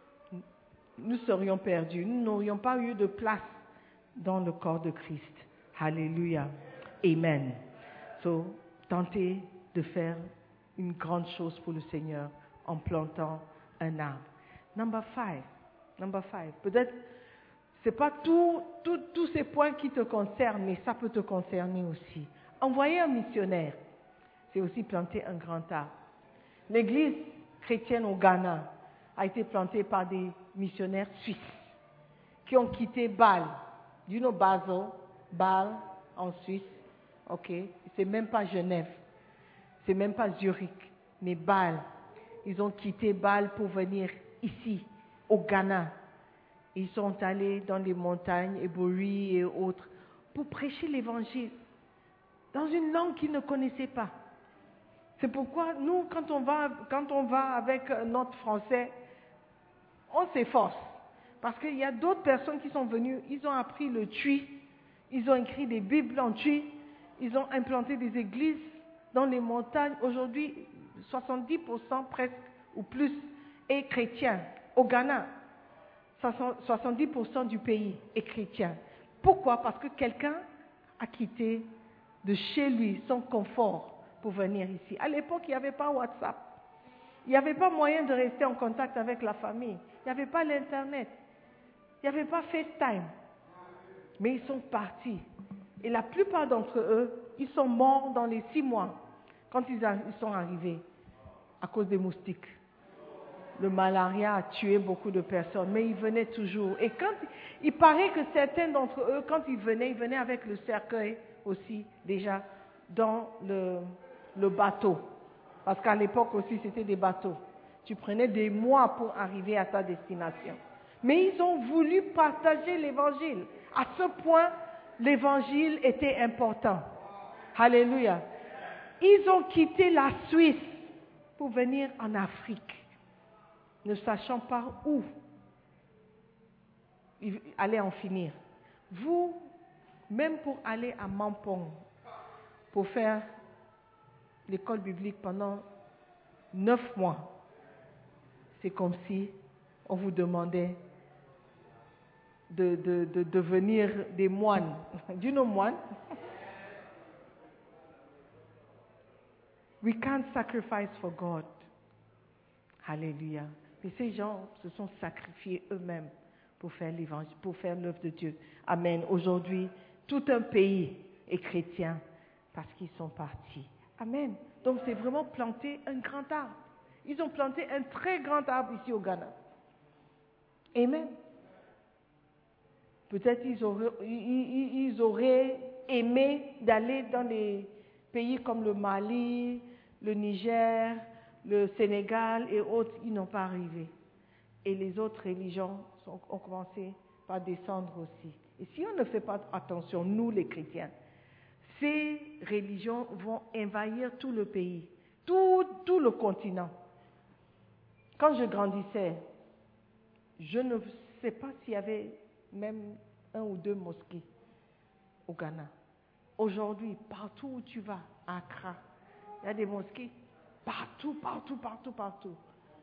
nous serions perdus. Nous n'aurions pas eu de place dans le corps de Christ. Alléluia. Amen. So, tentez de faire une grande chose pour le Seigneur en plantant un arbre. Number five. Number five. Peut-être, ce n'est pas tous tout, tout ces points qui te concernent, mais ça peut te concerner aussi. Envoyer un missionnaire, c'est aussi planter un grand arbre. L'église chrétienne au Ghana a été plantée par des missionnaires suisses qui ont quitté Bâle. You know Basel, Bâle en Suisse, ok? C'est même pas Genève, c'est même pas Zurich, mais Bâle. Ils ont quitté Bâle pour venir ici, au Ghana. Ils sont allés dans les montagnes, Ebori et autres, pour prêcher l'évangile dans une langue qu'ils ne connaissaient pas. C'est pourquoi nous, quand on va, quand on va avec notre français, on s'efforce. Parce qu'il y a d'autres personnes qui sont venues, ils ont appris le tui, ils ont écrit des Bibles en tui, ils ont implanté des églises dans les montagnes. Aujourd'hui, soixante-dix pour cent presque ou plus est chrétien. Au Ghana, soixante-dix pour cent du pays est chrétien. Pourquoi? Parce que quelqu'un a quitté de chez lui son confort pour venir ici. À l'époque, il n'y avait pas WhatsApp. Il n'y avait pas moyen de rester en contact avec la famille. Il n'y avait pas l'Internet. Il n'y avait pas FaceTime. Mais ils sont partis. Et la plupart d'entre eux, ils sont morts dans les six mois quand ils, a, ils sont arrivés à cause des moustiques. Le malaria a tué beaucoup de personnes, mais ils venaient toujours. Et quand il paraît que certains d'entre eux, quand ils venaient, ils venaient avec le cercueil aussi, déjà, dans le, le bateau. Parce qu'à l'époque aussi, c'était des bateaux. Tu prenais des mois pour arriver à ta destination. Mais ils ont voulu partager l'évangile. À ce point, l'évangile était important. Alléluia. Ils ont quitté la Suisse pour venir en Afrique, ne sachant pas où ils allaient en finir. Vous, même pour aller à Mampong, pour faire l'école biblique pendant neuf mois, c'est comme si on vous demandait de, de, de devenir des moines. Do you know moines? We can't sacrifice for God. Alléluia. Et ces gens se sont sacrifiés eux-mêmes pour faire l'évangile, pour faire l'œuvre de Dieu. Amen. Aujourd'hui, tout un pays est chrétien parce qu'ils sont partis. Amen. Donc c'est vraiment planter un grand arbre. Ils ont planté un très grand arbre ici au Ghana. Amen. Peut-être ils auraient, ils, ils auraient aimé d'aller dans des pays comme le Mali, le Niger, le Sénégal et autres. Ils n'ont pas arrivé. Et les autres religions sont, ont commencé par descendre aussi. Et si on ne fait pas attention, nous les chrétiens, ces religions vont envahir tout le pays, tout, tout le continent. Quand je grandissais, je ne sais pas s'il y avait même un ou deux mosquées au Ghana. Aujourd'hui, partout où tu vas, à Accra, il y a des mosquées. Partout, partout, partout, partout.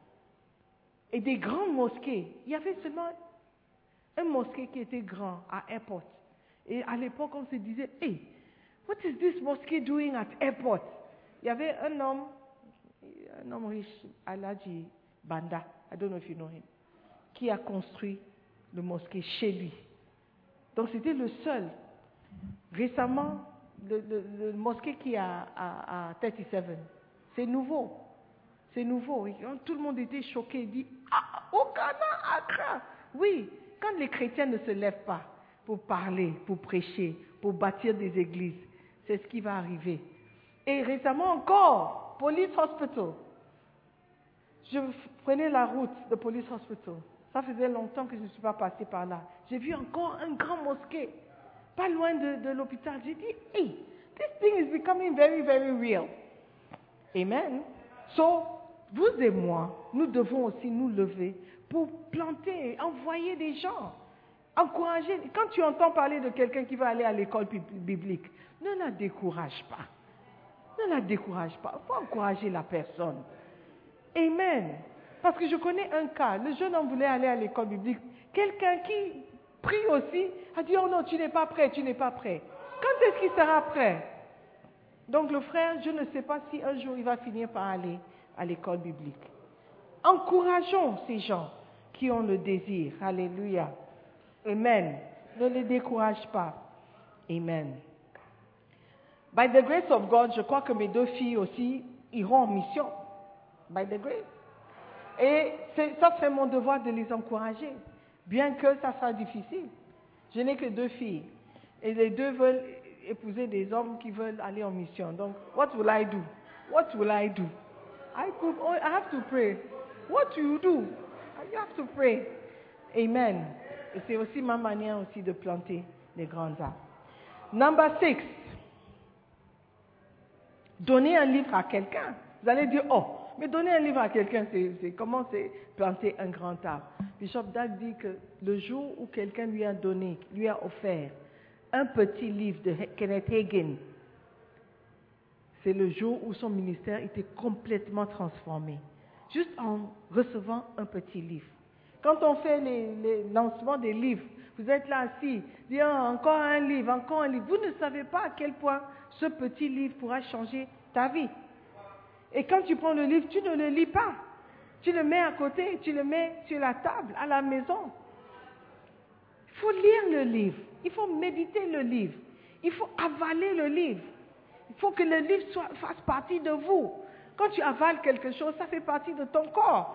Et des grandes mosquées. Il y avait seulement un mosquée qui était grand à Airport. Et à l'époque, on se disait, hey, what is this mosque doing at Airport? Il y avait un homme, un homme riche, Alaji Banda, I don't know if you know him, qui a construit le mosquée chez lui. Donc c'était le seul. Récemment, le, le, le mosquée qui est à, à, à trente-sept, c'est nouveau. C'est nouveau. Et tout le monde était choqué. Il dit, ah, au Ghana, Accra. Oui, quand les chrétiens ne se lèvent pas pour parler, pour prêcher, pour bâtir des églises, c'est ce qui va arriver. Et récemment encore, Police Hospital. Je prenais la route de Police Hospital. Ça faisait longtemps que je ne suis pas passée par là. J'ai vu encore un grand mosquée, pas loin de, de l'hôpital. J'ai dit, hey, this thing is becoming very, very real. Amen. So, vous et moi, nous devons aussi nous lever pour planter, envoyer des gens, encourager. Quand tu entends parler de quelqu'un qui va aller à l'école biblique, ne la décourage pas. Ne la décourage pas. Il faut encourager la personne. Amen. Parce que je connais un cas, le jeune homme voulait aller à l'école biblique. Quelqu'un qui prie aussi a dit, oh non, tu n'es pas prêt, tu n'es pas prêt. Quand est-ce qu'il sera prêt? Donc le frère, je ne sais pas si un jour il va finir par aller à l'école biblique. Encourageons ces gens qui ont le désir. Alléluia. Amen. Ne les décourage pas. Amen. By the grace of God, je crois que mes deux filles aussi iront en mission. By the grace. Et c'est, ça serait mon devoir de les encourager, bien que ça sera difficile. Je n'ai que deux filles. Et les deux veulent épouser des hommes qui veulent aller en mission. Donc, what will I do? What will I do? I could, I have to pray. What do you do? You have to pray. Amen. Et c'est aussi ma manière aussi de planter les grands arbres. Number six. Donner un livre à quelqu'un. Vous allez dire, oh, mais donner un livre à quelqu'un, c'est, c'est comment c'est planter un grand arbre. Bishop Dag dit que le jour où quelqu'un lui a donné, lui a offert un petit livre de Kenneth Hagin, c'est le jour où son ministère était complètement transformé. Juste en recevant un petit livre. Quand on fait les, les lancements des livres, vous êtes là assis, dit oh, encore un livre, encore un livre. Vous ne savez pas à quel point ce petit livre pourra changer ta vie. Et quand tu prends le livre, tu ne le lis pas. Tu le mets à côté, tu le mets sur la table, à la maison. Il faut lire le livre, il faut méditer le livre, il faut avaler le livre. Il faut que le livre soit, fasse partie de vous. Quand tu avales quelque chose, ça fait partie de ton corps.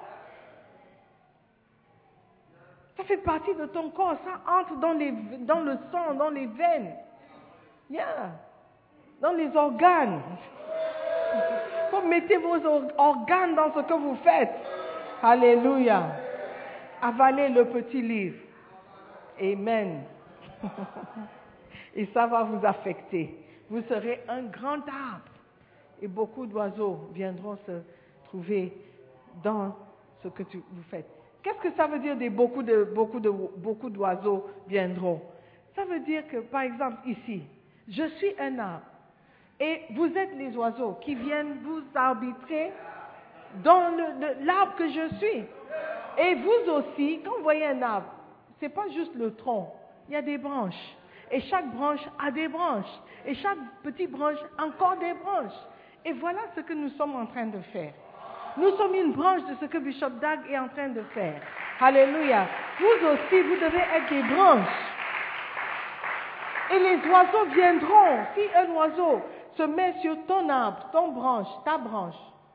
Ça fait partie de ton corps, ça entre dans, les, dans le sang, dans les veines. Yeah. Dans les organes. Vous mettez vos organes dans ce que vous faites. Alléluia. Avalez le petit livre. Amen. Et ça va vous affecter. Vous serez un grand arbre. Et beaucoup d'oiseaux viendront se trouver dans ce que tu, vous faites. Qu'est-ce que ça veut dire des beaucoup de, beaucoup de, beaucoup d'oiseaux viendront? Ça veut dire que, par exemple, ici, je suis un arbre. Et vous êtes les oiseaux qui viennent vous arbitrer dans le, le, l'arbre que je suis. Et vous aussi, quand vous voyez un arbre, ce n'est pas juste le tronc, il y a des branches. Et chaque branche a des branches. Et chaque petite branche a encore des branches. Et voilà ce que nous sommes en train de faire. Nous sommes une branche de ce que Bishop Dag est en train de faire. Alléluia. Vous aussi, vous devez être des branches. Et les oiseaux viendront. Si un oiseau se met sur ton arbre, ton branche, ta branche,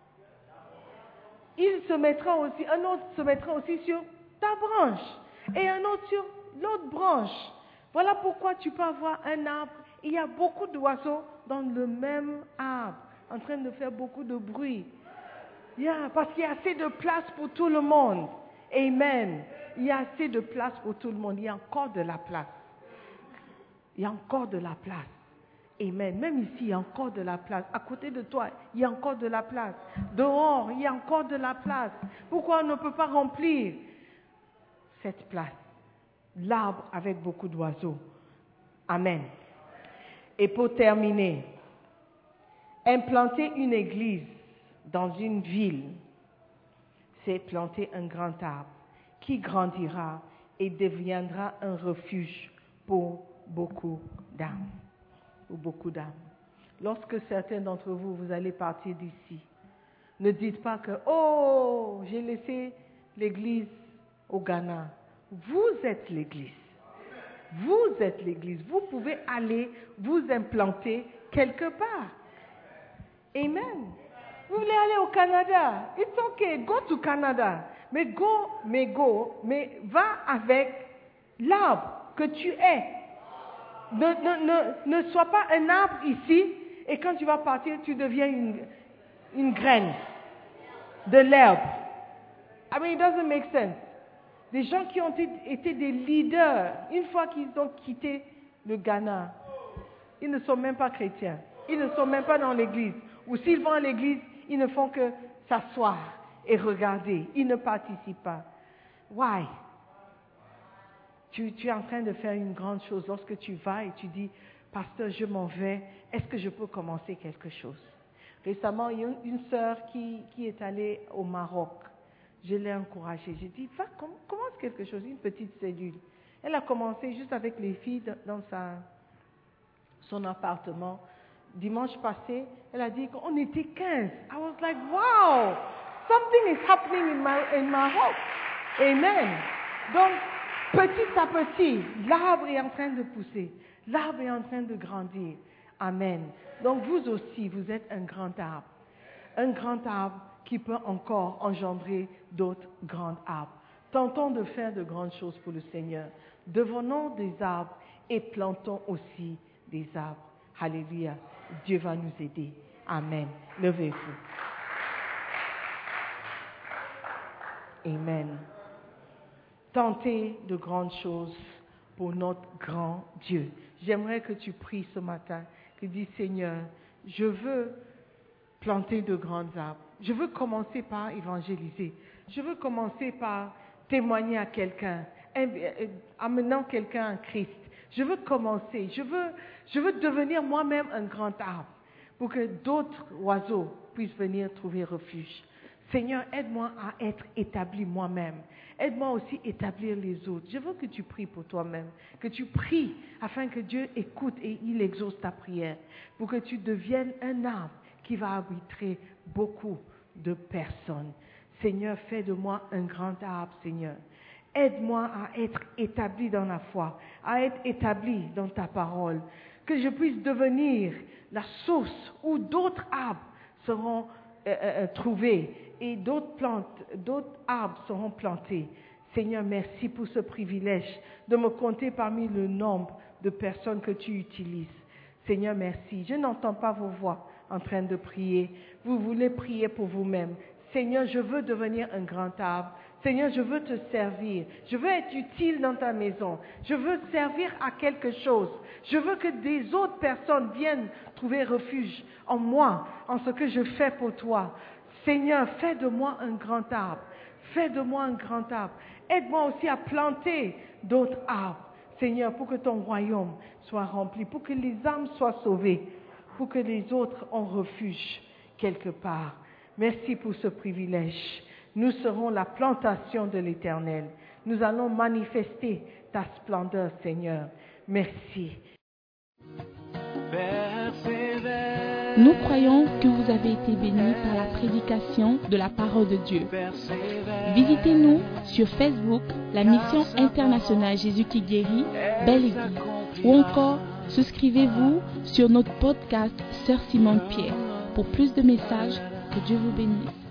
il se mettra aussi, un autre se mettra aussi sur ta branche. Et un autre sur l'autre branche. Voilà pourquoi tu peux avoir un arbre. Il y a beaucoup d'oiseaux dans le même arbre, en train de faire beaucoup de bruit. Yeah, parce qu'il y a assez de place pour tout le monde. Amen. Il y a assez de place pour tout le monde. Il y a encore de la place. Il y a encore de la place. Amen. Même ici, il y a encore de la place. À côté de toi, il y a encore de la place. Dehors, il y a encore de la place. Pourquoi on ne peut pas remplir cette place? L'arbre avec beaucoup d'oiseaux. Amen. Et pour terminer, implanter une église dans une ville, c'est planter un grand arbre qui grandira et deviendra un refuge pour beaucoup d'âmes. Pour beaucoup d'âmes. Lorsque certains d'entre vous, vous allez partir d'ici, ne dites pas que, oh, j'ai laissé l'église au Ghana. Vous êtes l'église. Vous êtes l'église. Vous pouvez aller vous implanter quelque part. Amen. Vous voulez aller au Canada? It's okay. Go to Canada. Mais go, mais go, mais va avec l'arbre que tu es. Ne, ne, ne, ne sois pas un arbre ici et quand tu vas partir, tu deviens une, une graine de l'herbe. I mean, it doesn't make sense. Des gens qui ont été des leaders, une fois qu'ils ont quitté le Ghana, ils ne sont même pas chrétiens. Ils ne sont même pas dans l'église. Ou s'ils vont à l'église, ils ne font que s'asseoir et regarder. Ils ne participent pas. Why? Tu, tu es en train de faire une grande chose. Lorsque tu vas et tu dis, pasteur, je m'en vais, est-ce que je peux commencer quelque chose? Récemment, il y a une, une sœur qui, qui est allée au Maroc. Je l'ai encouragée. J'ai dit, va, com- commence quelque chose, une petite cellule. Elle a commencé juste avec les filles dans sa, son appartement. Dimanche passé, elle a dit qu'on était quinze. I was like, wow, something is happening in, my, in Maroc. Amen. Donc, petit à petit, l'arbre est en train de pousser. L'arbre est en train de grandir. Amen. Donc, vous aussi, vous êtes un grand arbre. Un grand arbre qui peut encore engendrer d'autres grands arbres. Tentons de faire de grandes choses pour le Seigneur. Devenons des arbres et plantons aussi des arbres. Alléluia. Dieu va nous aider. Amen. Levez-vous. Amen. Tentez de grandes choses pour notre grand Dieu. J'aimerais que tu pries ce matin, que tu dis, Seigneur, je veux planter de grands arbres. Je veux commencer par évangéliser. Je veux commencer par témoigner à quelqu'un, amenant quelqu'un à Christ. Je veux commencer. Je veux, je veux devenir moi-même un grand arbre pour que d'autres oiseaux puissent venir trouver refuge. Seigneur, aide-moi à être établi moi-même. Aide-moi aussi à établir les autres. Je veux que tu pries pour toi-même, que tu pries afin que Dieu écoute et il exauce ta prière, pour que tu deviennes un arbre qui va arbitrer beaucoup de personnes. Seigneur, fais de moi un grand arbre, Seigneur. Aide-moi à être établi dans la foi, à être établi dans ta parole, que je puisse devenir la source où d'autres arbres seront euh, euh, trouvés et d'autres plantes, d'autres arbres seront plantés. Seigneur, merci pour ce privilège de me compter parmi le nombre de personnes que tu utilises. Seigneur, merci. Je n'entends pas vos voix en train de prier. Vous voulez prier pour vous-même. Seigneur, je veux devenir un grand arbre. Seigneur, je veux te servir. Je veux être utile dans ta maison. Je veux servir à quelque chose. Je veux que des autres personnes viennent trouver refuge en moi, en ce que je fais pour toi. Seigneur, fais de moi un grand arbre. Fais de moi un grand arbre. Aide-moi aussi à planter d'autres arbres. Seigneur, pour que ton royaume soit rempli, pour que les âmes soient sauvées, pour que les autres ont refuge quelque part. Merci pour ce privilège. Nous serons la plantation de l'Éternel. Nous allons manifester ta splendeur, Seigneur. Merci. Persévère, Nous croyons que vous avez été bénis par la prédication de la parole de Dieu. persévère. Visitez-nous sur Facebook, la mission internationale Jésus qui guérit, Belle Église. Ou encore, souscrivez-vous sur notre podcast Sœur Simone Pierre. Pour plus de messages, que Dieu vous bénisse.